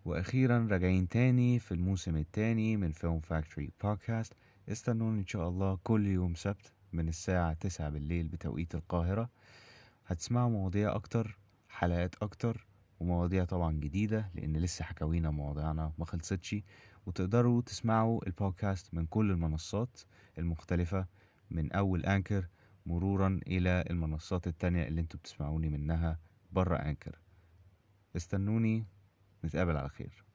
وأخيرا راجعين تاني في الموسم التاني من فيلم فاكتوري بودكاست. استنوني إن شاء الله كل يوم سبت من الساعة 9 بالليل بتوقيت القاهرة. هتسمعوا مواضيع أكتر، حلقات أكتر، ومواضيع طبعا جديدة لأن لسه حكاوينا مواضيعنا ما خلصتش. وتقدروا تسمعوا البودكاست من كل المنصات المختلفة، من أول أنكر مرورا إلى المنصات التانية اللي انتوا بتسمعوني منها برا أنكر. استنوني، نتقابل على خير.